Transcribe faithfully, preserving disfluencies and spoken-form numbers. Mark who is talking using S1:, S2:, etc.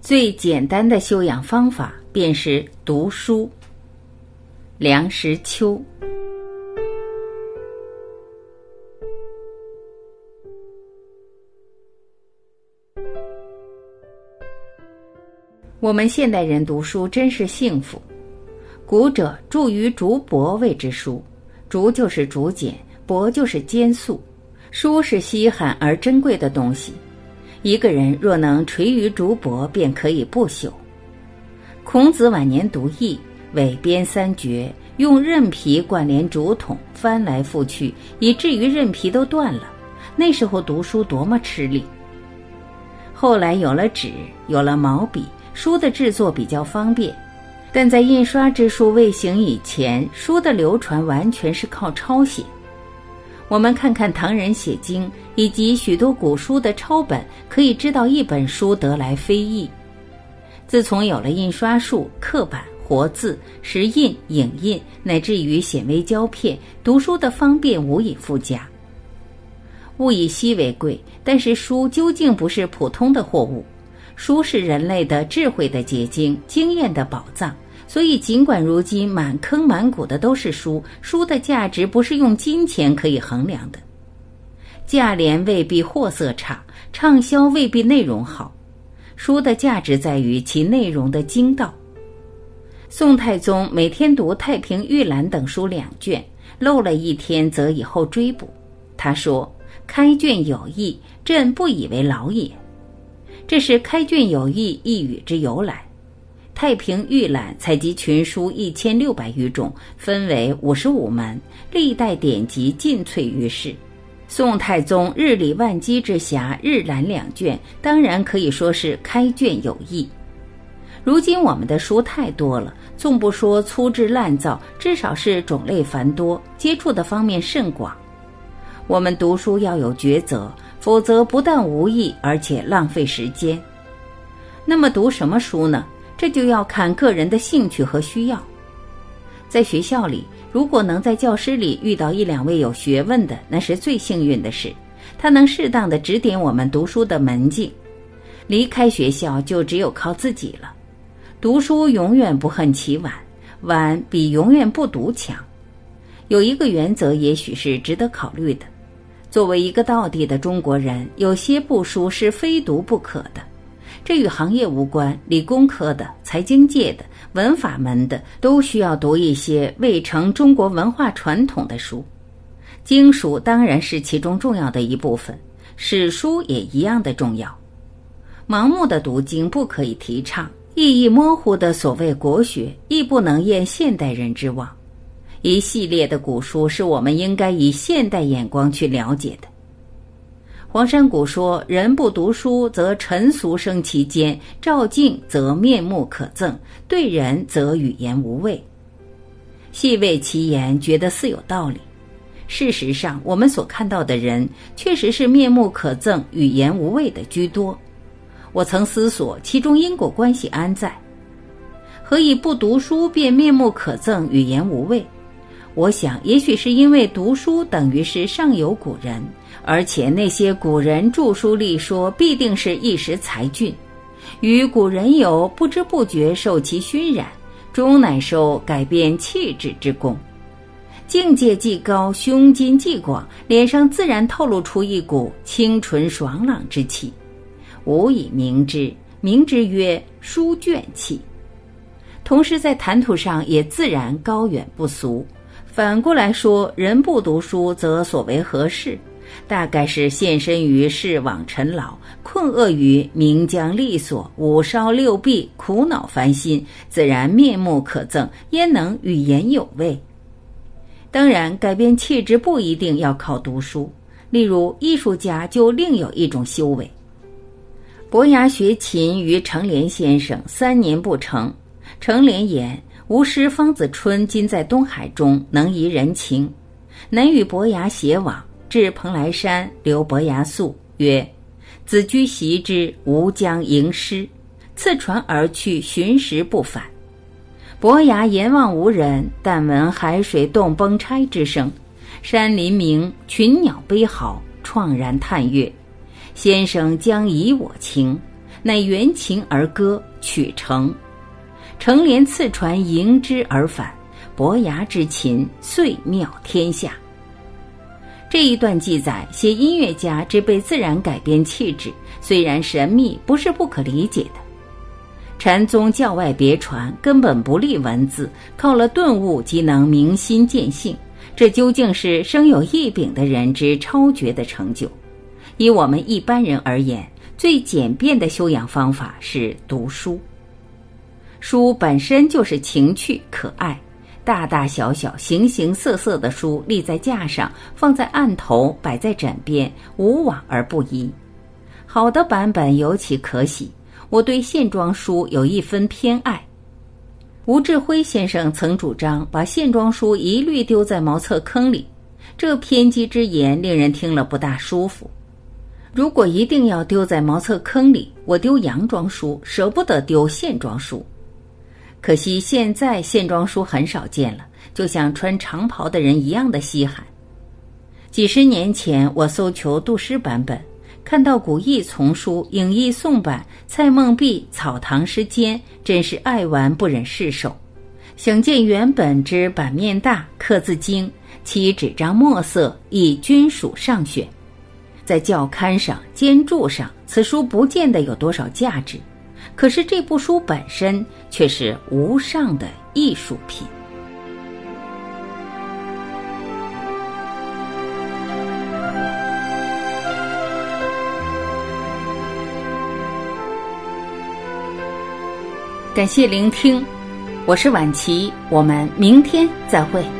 S1: 最简单的修养方法便是读书。梁实秋。我们现代人读书真是幸福。古者著于竹帛谓之书，竹就是竹简，帛就是笺素。书是稀罕而珍贵的东西，一个人若能垂于竹帛，便可以不朽。孔子晚年读易，韦编三绝，用刃皮贯连竹筒，翻来覆去，以至于刃皮都断了。那时候读书多么吃力！后来有了纸，有了毛笔，书的制作比较方便，但在印刷之术未行以前，书的流传完全是靠抄写。我们看看唐人写经以及许多古书的抄本，可以知道一本书得来非易。自从有了印刷术、刻板、活字、石印、影印，乃至于显微胶片，读书的方便无以复加。物以稀为贵，但是书究竟不是普通的货物，书是人类的智慧的结晶，经验的宝藏。所以尽管如今满坑满谷的都是书，书的价值不是用金钱可以衡量的。价廉未必货色差，畅销未必内容好，书的价值在于其内容的精道。宋太宗每天读《太平御览》等书两卷，漏了一天则以后追补。他说：“开卷有益，朕不以为劳也。”这是开卷有益一语之由来。太平御览采集群书一千六百余种，分为五十五门，历代典籍尽萃于世。宋太宗日理万机之暇，日览两卷，当然可以说是开卷有益。如今我们的书太多了，纵不说粗制滥造，至少是种类繁多，接触的方面甚广。我们读书要有抉择，否则不但无益，而且浪费时间。那么读什么书呢？这就要看个人的兴趣和需要。在学校里，如果能在教师里遇到一两位有学问的，那是最幸运的事，他能适当的指点我们读书的门径。离开学校就只有靠自己了。读书永远不恨其晚，晚比永远不读强。有一个原则也许是值得考虑的，作为一个道地的中国人，有些部书是非读不可的。这与行业无关，理工科的、财经界的、文法门的都需要读一些未成中国文化传统的书。经书当然是其中重要的一部分，史书也一样的重要。盲目的读经不可以提倡，意义模糊的所谓国学亦不能验现代人之望。一系列的古书是我们应该以现代眼光去了解的。黄山谷说：“人不读书，则尘俗生其间；照镜则面目可憎，对人则语言无味。”细味其言，觉得似有道理。事实上，我们所看到的人，确实是面目可憎、语言无味的居多。我曾思索其中因果关系安在。何以不读书便面目可憎、语言无味？我想，也许是因为读书等于是上有古人，而且那些古人著书立说必定是一时才俊，与古人有不知不觉受其熏染，终乃收改变气质之功。境界既高，胸襟既广，脸上自然透露出一股清纯爽朗之气，无以名之，名之曰书卷气。同时在谈吐上也自然高远不俗。反过来说，人不读书则所为何事？大概是现身于世网尘劳，困厄于名将利索，五烧六弊，苦恼烦心，自然面目可憎，焉能语言有味？当然，改变气质不一定要靠读书，例如艺术家就另有一种修为。伯牙学琴于程莲先生，三年不成。程莲言：“吾师方子春今在东海中，能移人情，乃与伯牙偕往，至蓬莱山，留伯牙宿，曰：‘子居习之，吾将迎师。’次船而去，寻时不返。伯牙言望无人，但闻海水动崩拆之声，山林鸣，群鸟悲嚎，怆然叹曰：先生将以我情， 乃缘琴而歌，曲成。成连次传迎之而返，伯牙之琴，遂妙天下。这一段记载写音乐家之被自然改变气质，虽然神秘，不是不可理解的。禅宗教外别传，根本不立文字，靠了顿悟即能明心见性，这究竟是生有异禀的人之超绝的成就。以我们一般人而言，最简便的修养方法是读书。书本身就是情趣可爱，大大小小形形色色的书立在架上，放在案头，摆在枕边，无往而不宜。好的版本尤其可喜，我对线装书有一分偏爱。吴志辉先生曾主张把线装书一律丢在茅厕坑里，这偏激之言令人听了不大舒服。如果一定要丢在茅厕坑里，我丢洋装书，舍不得丢线装书。可惜现在线装书很少见了，就像穿长袍的人一样的稀罕。几十年前我搜求杜诗版本，看到古意丛书影艺宋版蔡梦碧草堂诗笺，真是爱玩不忍释手。想见原本之版面大，刻字精，其纸张墨色亦均属上选。在校刊上兼注上，此书不见得有多少价值，可是这部书本身却是无上的艺术品。感谢聆听，我是婉琪，我们明天再会。